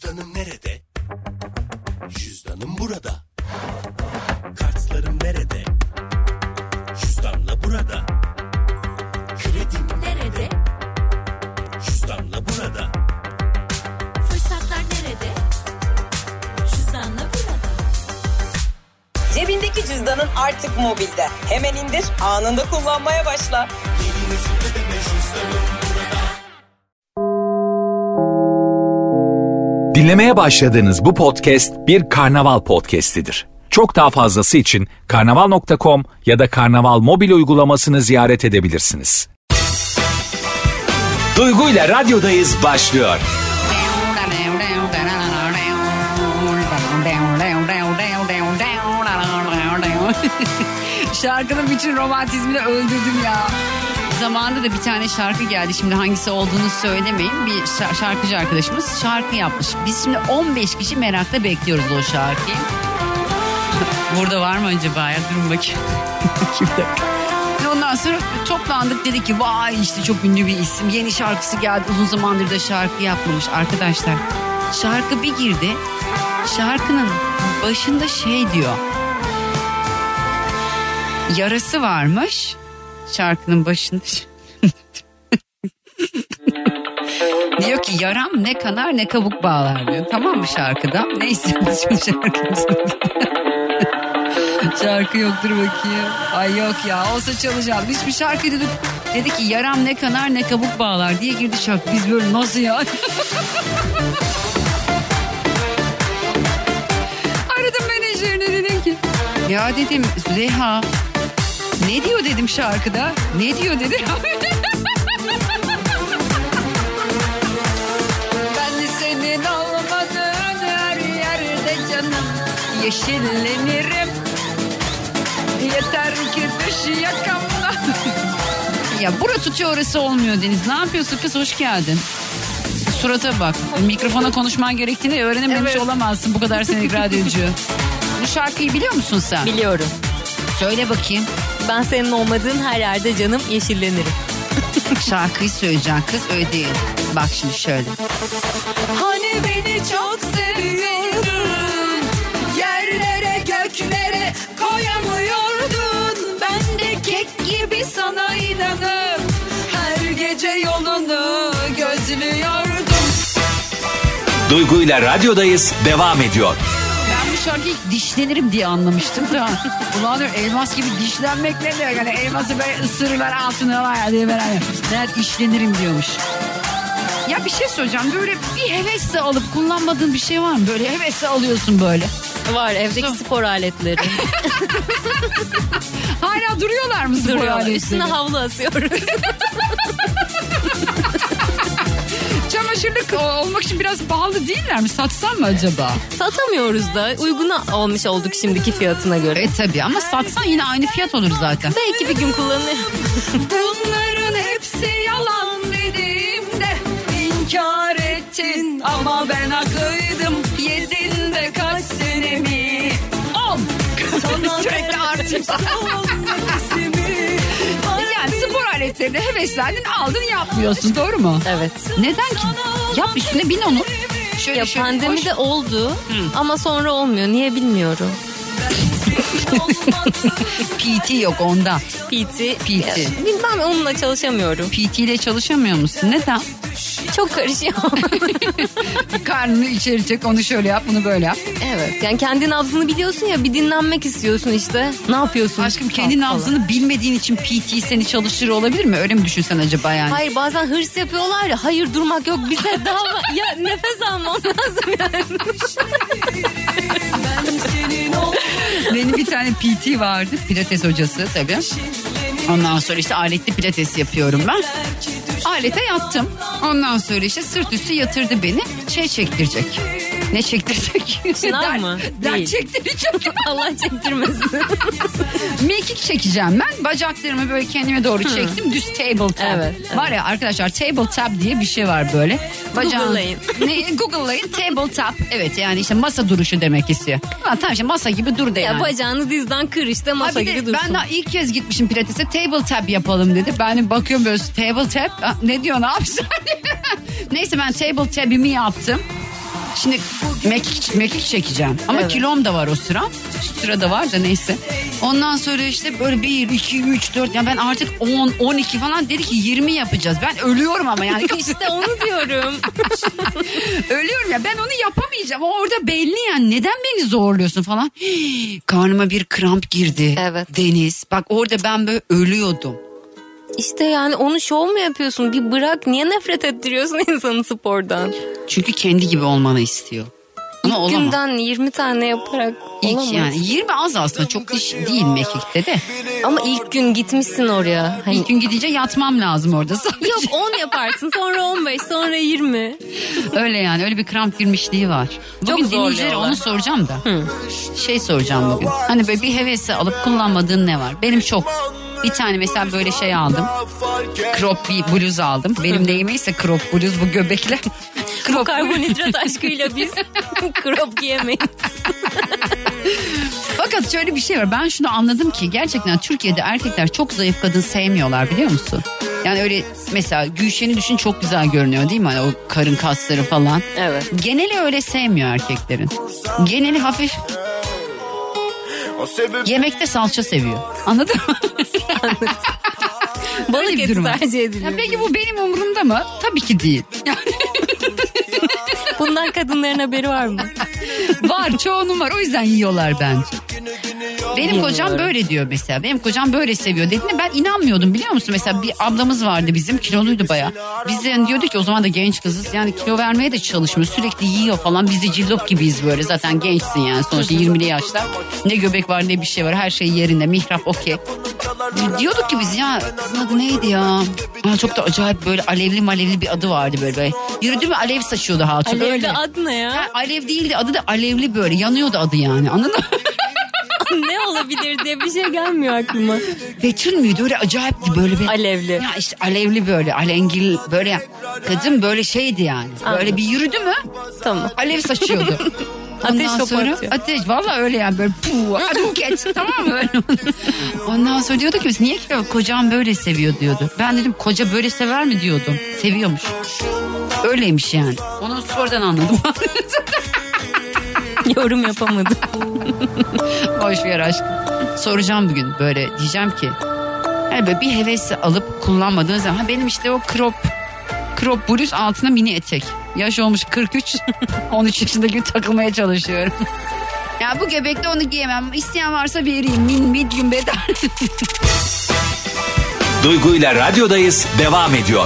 Cüzdanım nerede? Cüzdanım burada. Kartlarım nerede? Cüzdanla burada. Kredim nerede? Cüzdanla burada. Fırsatlar nerede? Cüzdanla burada. Cebindeki cüzdanın artık mobilde. Hemen indir, anında kullanmaya başla. Yeni nesil ödeme cüzdanım burada. Dinlemeye başladığınız bu podcast bir karnaval podcastidir. Çok daha fazlası için karnaval.com ya da karnaval mobil uygulamasını ziyaret edebilirsiniz. Duygu ile radyodayız başlıyor. Şarkının bütün romantizmini öldürdüm ya. Zamanında da bir tane şarkı geldi. Şimdi hangisi olduğunu söylemeyin. Bir şarkıcı arkadaşımız şarkı yapmış. Biz şimdi 15 kişi merakla bekliyoruz o şarkıyı. Burada var mı acaba ya? Durun bakayım. Ondan sonra toplandık, dedik ki vay işte çok ünlü bir isim. Yeni şarkısı geldi. Uzun zamandır da şarkı yapmamış. Arkadaşlar şarkı bir girdi. Şarkının başında şey diyor. Yarası varmış. Şarkının başında. Diyor ki yaram ne kanar ne kabuk bağlar diyor. Tamam mı şarkıda? Neyse biz şimdi şarkı yoktur bakayım. Ay yok ya, olsa çalacağım. Biz bir şarkı dedik. Dedi ki yaram ne kanar ne kabuk bağlar diye girdi şarkı. Biz böyle nasıl ya? Aradım menajerine, dedim ki ya dedim Züleyha ne diyor dedim şarkıda. Ne diyor dedi. Ben senin olmadığın her yerde canım yeşillenirim. Yeter ki düş yakamda. Ya bura tutuyor orası olmuyor Deniz. Ne yapıyorsun kız, hoş geldin. Surata bak. Mikrofona konuşman gerektiğini öğrenememiş olamazsın bu kadar senelik radyocu. Bu şarkıyı biliyor musun sen? Biliyorum. Söyle bakayım. Ben senin olmadığın her yerde canım yeşillenirim. Şarkıyı söyleyeceksin kız, öyle değil. Bak şimdi şöyle. Hani beni çok seviyordun, yerlere göklere koyamıyordun. Ben de kek gibi sana inanıp her gece yolunu gözlüyordum. Duygu ile radyodayız devam ediyor. Ben bu şarkıyı dişlenirim diye anlamıştım da. Ulan elmas gibi dişlenmek ne demek? Yani elması böyle ısırırlar altına var diye beraber. Meğer dişlenirim diyormuş. Ya bir şey söyleyeceğim. Böyle bir hevesle alıp kullanmadığın bir şey var mı? Böyle hevesle alıyorsun böyle. Var, evdeki spor aletleri. Hala duruyorlar mı spor aletleri? Üstüne havlu asıyoruz. Çamaşırlık olmak için biraz pahalı değiller mi? Satsam mı acaba? Satamıyoruz da uyguna olmuş olduk şimdiki fiyatına göre. Tabii ama satsan yine aynı fiyat olur zaten. Belki bir gün kullanır. Bunların hepsi yalan dediğimde inkar ettin ama ben haklıydım. Yedin de kaç senemi? 10. Sürekli artıyor. Yani spor aletlerine heveslendin, aldın, yapmıyorsun, doğru mu? Evet. Neden ki? Yap üstüne, bin onu. Şöyle Ya pandemi de oldu ama sonra olmuyor. Niye bilmiyorum. PT yok onda. PT. PT. Bilmem, onunla çalışamıyorum. PT ile çalışamıyor musun? Neden? Çok karışıyor. Karnını içeri çek, onu şöyle yap, bunu böyle yap. Evet, yani kendi nabzını biliyorsun ya, bir dinlenmek istiyorsun işte. Ne yapıyorsun? Aşkım kendi nabzını bilmediğin için PT seni çalıştırıyor olabilir mi? Öyle mi düşünsen acaba yani? Hayır, bazen hırs yapıyorlar ya, hayır durmak yok bize daha ya nefes almam lazım yani. Benim bir tane PT vardı, pilates hocası tabii. Ondan sonra işte aletli pilates yapıyorum ben. Alete yattım. Ondan sonra işte sırt üstü yatırdı beni. Şey çektirecek. Ne çektirecek? Sınav mı? Dert Değil. çektirecek. Allah çektirmesin. Mekik çekeceğim ben. Bacaklarımı böyle kendime doğru çektim. Düz table tap. Evet. Var ya arkadaşlar, table tap diye bir şey var böyle. Google'layın. Google'layın, table tap. Evet, yani işte masa duruşu demek istiyor. Ama tamam işte masa gibi dur de yani. Ya bacağını dizden kır işte, masa gibi dursun. Ben daha ilk kez gitmişim pilatese, table tap yapalım dedi. Ben de bakıyorum böyle, table tap. Ne diyor, ne yapsın? Neyse ben table tap'imi yaptım. Şimdi mekik çekeceğim. Ama kilom da var o sıra. Şu sırada var da neyse. Ondan sonra işte böyle 1, 2, 3, 4. Ya ben artık 10, 12 falan dedi ki 20 yapacağız. Ben ölüyorum ama yani. İşte onu diyorum. Ölüyorum ya, ben onu yapamayacağım. O orada belli yani. Neden beni zorluyorsun falan. Karnıma bir kramp girdi. Evet. Deniz. Bak orada ben böyle ölüyordum. İşte yani onu şov mu yapıyorsun? Bir bırak, niye nefret ettiriyorsun insanı spordan? Çünkü kendi gibi olmanı istiyor. Ama İlk olamam. günden 20 tane yaparak olamaz. Yani 20 az aslında, çok değil mekikte de. Ama ilk gün gitmişsin oraya. Hani İlk gün gidince yatmam lazım orada sadece. yok 10 yaparsın, sonra 15, sonra 20. Öyle yani, öyle bir kramp girmişliği var. Bugün dinleyicilere zorluyorlar. onu soracağım da. Şey soracağım bugün. Hani böyle bir hevesi alıp kullanmadığın ne var? Benim çok. Bir tane mesela böyle şey aldım. Crop bir bluz aldım. Benim neyime ise crop bluz, bu göbekler. Bu karbonhidrat aşkıyla biz crop giyemeyiz. Fakat şöyle bir şey var. Ben şunu anladım ki gerçekten Türkiye'de erkekler çok zayıf kadın sevmiyorlar, biliyor musun? Yani öyle mesela Gülşen'i düşün, çok güzel görünüyor değil mi? Hani o karın kasları falan. Evet. Geneli öyle sevmiyor erkeklerin. Geneli hafif yemekte salça seviyor. Anladın mı? Balık Öyle bir eti durum var. tercih ediliyor. Ya peki bu benim umurumda mı? Tabii ki değil. Bundan kadınların haberi var mı? Var, çoğunun var, o yüzden yiyorlar bence. Benim kocam böyle diyor mesela. Benim kocam böyle seviyor dediğinde ben inanmıyordum, biliyor musun? Mesela bir ablamız vardı bizim, kiloluydu baya. Biz de yani diyorduk ki o zaman da genç kızız. Yani kilo vermeye de çalışmıyor, sürekli yiyor falan. Biz de cillop gibiyiz böyle, zaten gençsin yani sonuçta 20'li yaşlar. Ne göbek var ne bir şey var, her şey yerinde, mihrap okey. Diyorduk ki biz, ya kızın adı neydi ya? Çok da acayip böyle alevli bir adı vardı böyle. Yürüdü mü alev saçıyordu hatun. Alevli öyle. adı ne ya? Alev değildi, adı da alevli, böyle yanıyordu adı yani, anladın mı? Ne olabilir diye bir şey gelmiyor aklıma. Betül müydü, öyle acayipti böyle bir. Alevli. Ya işte alevli böyle, alengil böyle, kadın böyle şeydi yani. Böyle Anladım. bir yürüdü mü Tamam. alev saçıyordu. Ateş Ondan topu sonra atıyor. ateş, valla öyle yani, böyle buket tamam mı? Ondan sonra diyordu ki biz, niye ki kocam böyle seviyor diyordu. Ben dedim koca böyle sever mi diyordum. Seviyormuş. Öyleymiş yani. Onu sonradan anladım. Yorum yapamadım. Boş ver aşkım. Soracağım bugün böyle, diyeceğim ki yani böyle bir hevesi alıp kullanmadığınız zaman, benim işte o crop bluz, altına mini etek. Yaş olmuş 43. 13 yaşındaki takılmaya çalışıyorum. Ya bu göbekte onu giyemem. İsteyen varsa vereyim. Medium beden. Duygu ile radyodayız devam ediyor.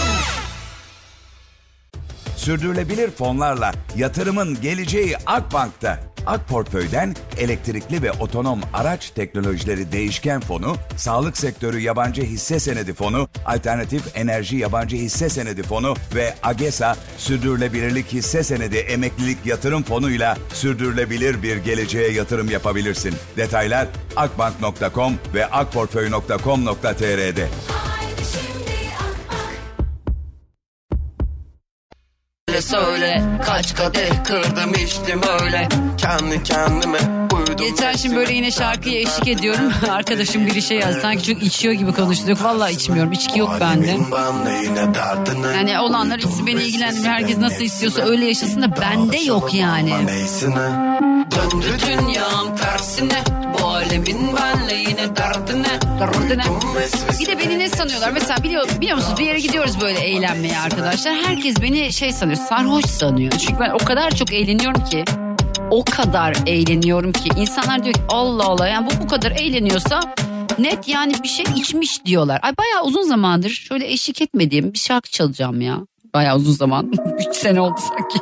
Sürdürülebilir fonlarla yatırımın geleceği Akbank'ta. Ak Portföy'den elektrikli ve otonom araç teknolojileri değişken fonu, sağlık sektörü yabancı hisse senedi fonu, alternatif enerji yabancı hisse senedi fonu ve AGESA sürdürülebilirlik hisse senedi emeklilik yatırım fonuyla sürdürülebilir bir geleceğe yatırım yapabilirsin. Detaylar akbank.com ve akportföy.com.tr'de. Söyle kaç kadeh kırdım içtim öyle. Kendi kendime uydum. Geçen şimdi böyle yine şarkıya eşlik ediyorum. Arkadaşım biri şey yazdı. Sanki çok içiyor gibi konuştuk. Vallahi içmiyorum. İçki yok bende. Yani olanlar içsi, beni ilgilendirmiyor. Herkes nasıl istiyorsa öyle yaşasın da bende yok yani. Döndü dünyam tersine, bu alemin benle yine derdine. Bir de beni ne sanıyorlar? Mesela biliyor musunuz, bir yere gidiyoruz böyle eğlenmeye arkadaşlar. Herkes beni şey sanıyor, sarhoş sanıyor. Çünkü ben o kadar çok eğleniyorum ki. O kadar eğleniyorum ki. İnsanlar diyor ki Allah Allah, yani bu kadar eğleniyorsa net yani bir şey içmiş diyorlar. Ay bayağı uzun zamandır şöyle eşlik etmediğim bir şarkı çalacağım ya. Bayağı uzun zaman. 3 sene oldu sanki.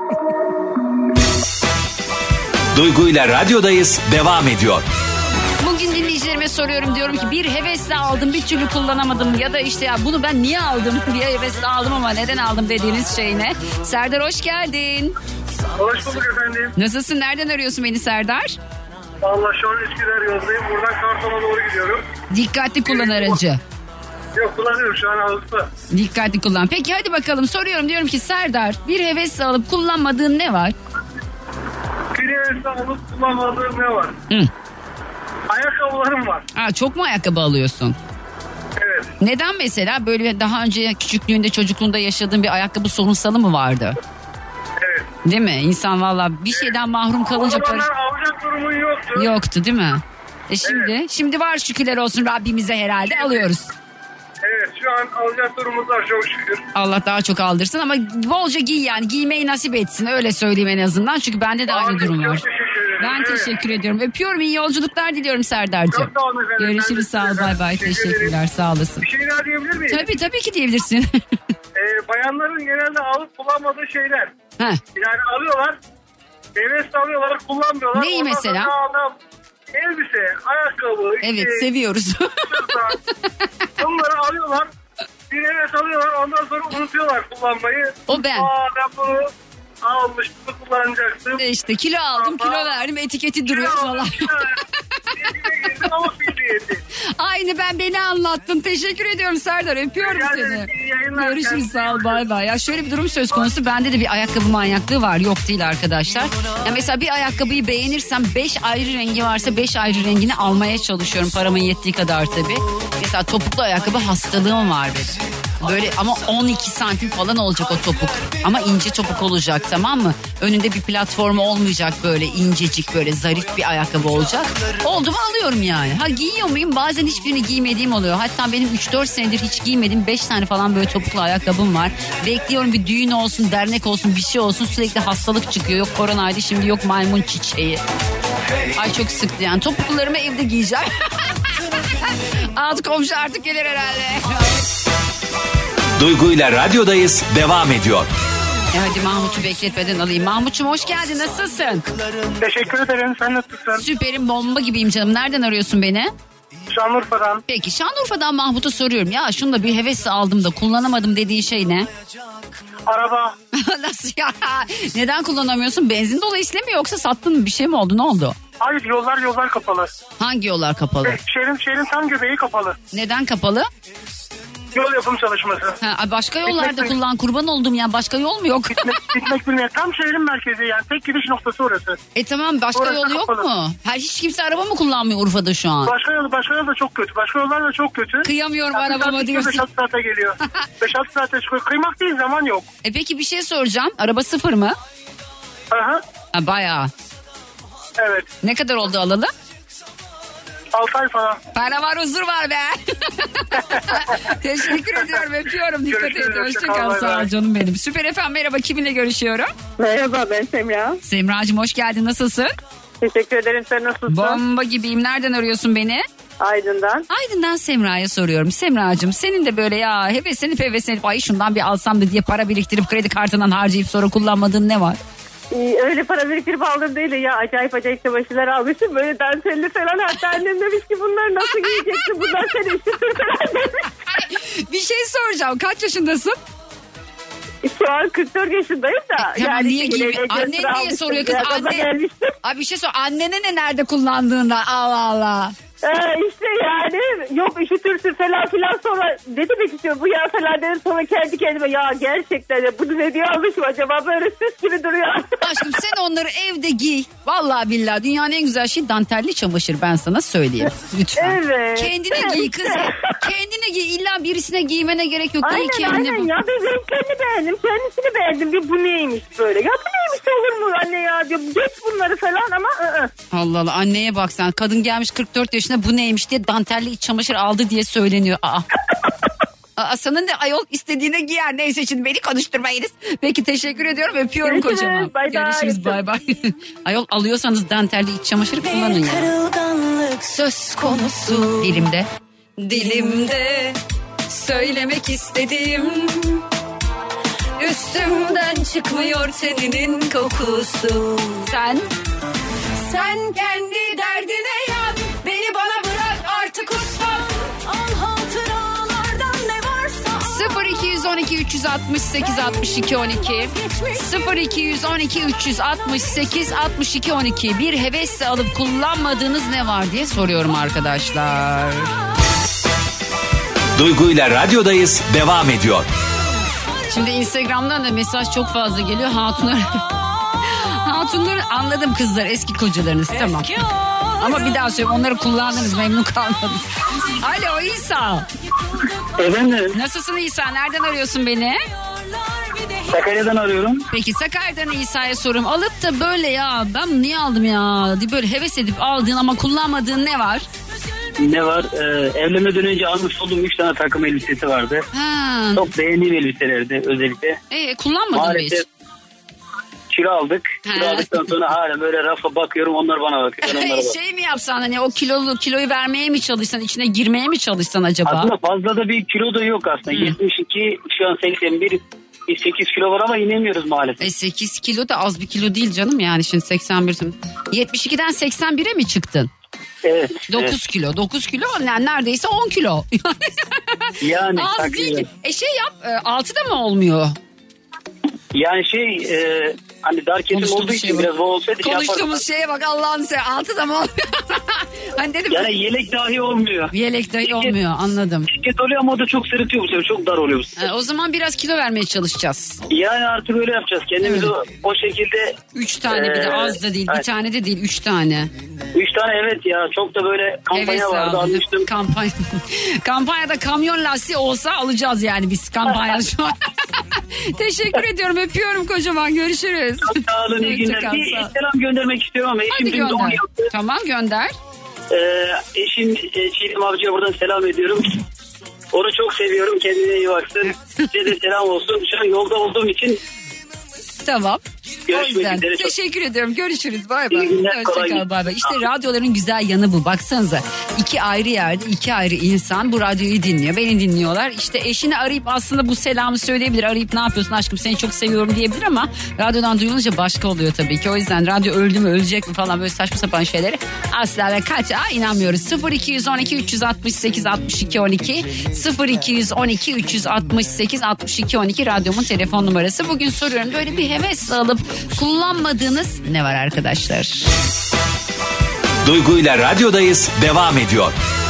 Duygu ile radyodayız devam ediyor. Bugün dinleyicilerime soruyorum, diyorum ki bir hevesle aldım bir türlü kullanamadım, ya da işte ya bunu ben niye aldım, bir hevesle aldım ama neden aldım dediğiniz şey ne? Serdar hoş geldin. Hoş bulduk efendim. Nasılsın, nereden arıyorsun beni Serdar? Vallahi şu an Üsküdar yoldayım. Buradan Kartal'a doğru gidiyorum. Dikkatli kullan aracı. Yok, kullanıyorum şu an ağızda. Dikkatli kullan. Peki hadi bakalım, soruyorum, diyorum ki Serdar bir hevesle alıp kullanmadığın ne var? Bir hevesle alıp kullanmadığım ne var? Hı. Ayakkabılarım var. Aa, çok mu ayakkabı alıyorsun? Evet. Neden mesela, böyle daha önce küçüklüğünde çocukluğunda yaşadığın bir ayakkabı sorunsalı mı vardı? Evet. Değil mi? İnsan valla bir şeyden mahrum kalınca... O zamanlar alacak durumun yoktu. Yoktu değil mi? Şimdi var şükürler olsun Rabbimize herhalde alıyoruz. Evet, şu an alacak durumumuz var çok şükür. Allah daha çok aldırsın ama bolca giy yani. Giymeyi nasip etsin öyle söyleyeyim en azından. Çünkü bende de aynı durum var. Ben teşekkür ediyorum. Öpüyorum, iyi yolculuklar diliyorum Serdar'cığım. Çok sağ olun efendim. Görüşürüz, sağ ol, bay bay. Teşekkürler, sağ olasın. Bir şey daha diyebilir miyim? Tabii ki diyebilirsin. Bayanların genelde alıp kullanmadığı şeyler. Heh. Yani alıyorlar, hevesle alıyorlar, kullanmıyorlar. Neyi Ondan mesela? sonra adam elbise, ayakkabı, Evet, seviyoruz. Bunları alıyorlar, bir heves alıyorlar, ondan sonra unutuyorlar kullanmayı. O ben. Ben bunu almıştım, kullanacaktım. İşte kilo aldım, kilo verdim, etiketi duruyor falan. Aynı beni anlattın. Teşekkür ediyorum Serdar. Öpüyorum seni. Görüşürüz, sağ ol, bay bay. Ya şöyle bir durum söz konusu. Bende de bir ayakkabı manyaklığı var. Yok değil arkadaşlar. Ya mesela bir ayakkabıyı beğenirsem 5 ayrı rengi varsa 5 ayrı rengini almaya çalışıyorum. Paramın yettiği kadar tabii. Mesela topuklu ayakkabı hastalığım var benim. Böyle ama 12 santim falan olacak o topuk. Ama ince topuk olacak, tamam mı? Önünde bir platformu olmayacak, böyle incecik, böyle zarif bir ayakkabı olacak. Oldu mu alıyorum yani. Ha, giyiyor muyum? Bazen hiçbirini giymediğim oluyor. Hatta benim 3-4 senedir hiç giymediğim 5 tane falan böyle topuklu ayakkabım var. Bekliyorum bir düğün olsun, dernek olsun, bir şey olsun. Sürekli hastalık çıkıyor. Yok koronaydı, şimdi yok maymun çiçeği. Ay çok sıktı yani. Topuklularımı evde giyeceğim. Altı komşu artık gelir herhalde. Duygu ile radyodayız devam ediyor. Hadi Mahmut'u bekletmeden alayım. Mahmut'cum hoş geldin, nasılsın? Teşekkür ederim, sen nasılsın? Süperim, bomba gibiyim canım. Nereden arıyorsun beni? Şanlıurfa'dan. Peki Şanlıurfa'dan Mahmut'a soruyorum. Ya şunu da bir hevesle aldım da kullanamadım dediğin şey ne? Araba. Nasıl ya? Neden kullanamıyorsun? Benzin dolayısıyla mı yoksa sattın mı? Bir şey mi oldu? Ne oldu? Hayır, yollar kapalı. Hangi yollar kapalı? Şehrin tam göbeği kapalı. Neden kapalı? Yol yapım çalışması. Ha, başka yollarda kullan, kurban oldum ya. Başka yol mu yok? Gitmek bilmiyor. Tam şehrin merkezi yani. Tek gidiş noktası orası. Tamam, başka orası yol yok kapalı mu? Hiç kimse araba mı kullanmıyor Urfa'da şu an? Başka yol da çok kötü. Başka yollar da çok kötü. Kıyamıyorum yani arabama diyorsun. 5-6 saate geliyor. 5-6 saate çıkıyor. Kıymak değil, zaman yok. Peki bir şey soracağım. Araba sıfır mı? Aha. Ha, bayağı. Evet. Ne kadar oldu alalı? 6 ay falan. Para var, huzur var be. Teşekkür ediyorum, öpüyorum. Dikkat et, hoşçakal, sağ ol canım benim. Süper efendim, merhaba, kiminle görüşüyorum? Merhaba, ben Semra. Semracığım hoş geldin, nasılsın? Teşekkür ederim, sen nasılsın? Bomba gibiyim. Nereden arıyorsun beni? Aydın'dan. Aydın'dan Semra'ya soruyorum. Semracığım senin de böyle ya heveslenip ay şundan bir alsam da diye para biriktirip kredi kartından harcayıp sonra kullanmadığın ne var? Öyle para biriktirip aldım değil ya, acayip çamaşırlar almışım, böyle dantelli falan. Hatta annem demiş ki bunları nasıl giyeceksin, bunlar seni üşütür falan demiş. Bir şey soracağım, kaç yaşındasın? Şu an 44 yaşındayım da. Tamam, yani niye giymiyor? Annen niye soruyor kız? Abi bir şey sor, annene ne nerede kullandığında, Allah Allah. İşte yani yok üşütürsün falan filan, sonra ne demek istiyor bu ya falan dedim, sonra kendi kendime ya gerçekten de bunu ne diye almışım acaba, böyle süs gibi duruyor. Aşkım sen onları evde giy. Vallahi billahi dünyanın en güzel şeyi dantelli çamaşır, ben sana söyleyeyim. Lütfen. Evet. Kendine giy kız. Kendine giy, illa birisine giymene gerek yok. Aynen ya, ben renklerini beğendim, kendisini beğendim. Bir bu neymiş böyle, ya bu neymiş olur mu anne ya diyor, geç bunları falan ama Allah Allah, anneye bak sen, kadın gelmiş 44 yaşında bu neymiş diye dantelli iç çamaşır aldı diye söyleniyor. Sanın da ayol istediğine giyer. Neyse şimdi beni konuşturmayınız. Peki teşekkür ediyorum, öpüyorum kocaman. Görüşürüz, bay bay. Ayol alıyorsanız dantelli iç çamaşırı kullanın ya. Söz konusu dilimde söylemek istediğim, üstümden çıkmıyor teninin kokusu. Sen kendi derdine yan, beni bana bırak artık ustam. Al hatıralardan ne varsa. 0212 368 62 12 0212 368 62 12. Bir hevesle alıp kullanmadığınız ne var diye soruyorum arkadaşlar. Duygu ile radyodayız devam ediyor. Şimdi Instagram'dan da mesaj çok fazla geliyor. Hatunları anladım, kızlar eski kocalarınız, tamam. Ama bir daha söyleyeyim, onları kullandınız, memnun kalmadınız. Alo İsa. Efendim? Nasılsın İsa, nereden arıyorsun beni? Sakarya'dan arıyorum. Peki Sakarya'dan İsa'ya sorum. Alıp da böyle ya ben niye aldım ya diye böyle heves edip aldığın ama kullanmadığın ne var? Ne var? Evlenmeden önce almış olduğum 3 tane takım elbisesi vardı. Ha. Çok beğendiğim elbiselerdi özellikle. Kullanmadın mı hiç? Kilo aldık. Kilo aldıktan sonra hala böyle rafa bakıyorum, onlar bana bakıyor. Ben onlara Şey mi yapsan hani o kiloyu vermeye mi çalışsan, içine girmeye mi çalışsan acaba? Aslında fazla da bir kilo da yok aslında. 72, şu an 81, 8 kilo var ama inemiyoruz maalesef. 8 kilo da az bir kilo değil canım yani şimdi 81. 72'den 81'e mi çıktın? Evet. 9 kilo. 9 kilo yani neredeyse 10 kilo. Yani az değil. Şey yap 6'da mı olmuyor? Yani hani dar kesim olduğu için biraz bol olsaydı konuştuğumuz şeye bak Allah'ını seversen 6'da mı olmuyor? Hani dedim, yani yelek dahi olmuyor. Yelek dahi olmuyor, anladım. Şirket oluyor ama o da çok sırıtıyor bu sefer, çok dar oluyor bu sefer. O zaman biraz kilo vermeye çalışacağız. Yani artık öyle yapacağız. Kendimizi o şekilde. 3 tane bir de az da değil, bir tane de değil, 3 tane. 3 tane evet ya, çok da böyle kampanya vardı, almıştım. Kampanyada kamyon lastiği olsa alacağız yani biz kampanyada şu an. Teşekkür ediyorum, öpüyorum kocaman, görüşürüz. Çok sağ olun, iyi günler. Bir selam göndermek istiyorum ama eşim dün doğum yaptı. Tamam, gönder. Eşim Çiğdem Avcı'ya buradan selam ediyorum. Onu çok seviyorum, kendine iyi baksın. Size de selam olsun. Şu an yolda olduğum için. Tamam. Görüşmek üzere. Teşekkür ediyorum. Görüşürüz. Bay bay. Hoşçakal, bay bay. İşte radyoların güzel yanı bu. Baksanıza. 2 ayrı yerde 2 ayrı insan bu radyoyu dinliyor. Beni dinliyorlar. İşte eşini arayıp aslında bu selamı söyleyebilir. Arayıp ne yapıyorsun aşkım, seni çok seviyorum diyebilir ama radyodan duyulunca başka oluyor tabii ki. O yüzden radyo öldü mü ölecek mi falan böyle saçma sapan şeyleri asla ve inanmıyoruz. 0212 368 62 12 0212 368 62 12 radyomun telefon numarası. Bugün soruyorum, böyle bir hevesle alıp kullanmadığınız ne var arkadaşlar? Duygu ile radyodayız devam ediyor.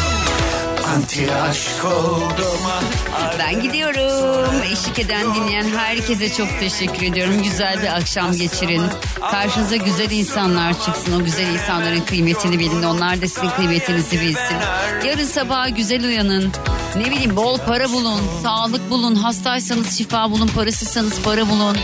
Ben gidiyorum. Eşlik eden, dinleyen herkese çok teşekkür ediyorum. Güzel bir akşam geçirin. Karşınıza güzel insanlar çıksın. O güzel insanların kıymetini bilin. Onlar da sizin kıymetinizi bilsin. Yarın sabah güzel uyanın. Ne bileyim, bol para bulun. Sağlık bulun. Hastaysanız şifa bulun. Parasızsanız para bulun.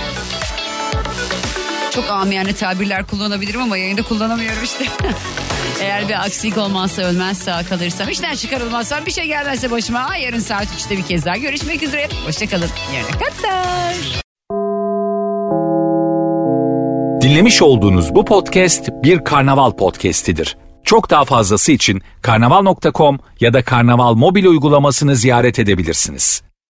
Çok amiyane tabirler kullanabilirim ama yayında kullanamıyorum işte. Eğer bir aksilik olmazsa, ölmez sağ kalırsam, işten çıkarılmazsam, bir şey gelmezse başıma, yarın saat 3'te bir kez daha görüşmek üzere. Hoşçakalın. Yarına kadar. Dinlemiş olduğunuz bu podcast bir Karnaval podcastidir. Çok daha fazlası için karnaval.com ya da Karnaval mobil uygulamasını ziyaret edebilirsiniz.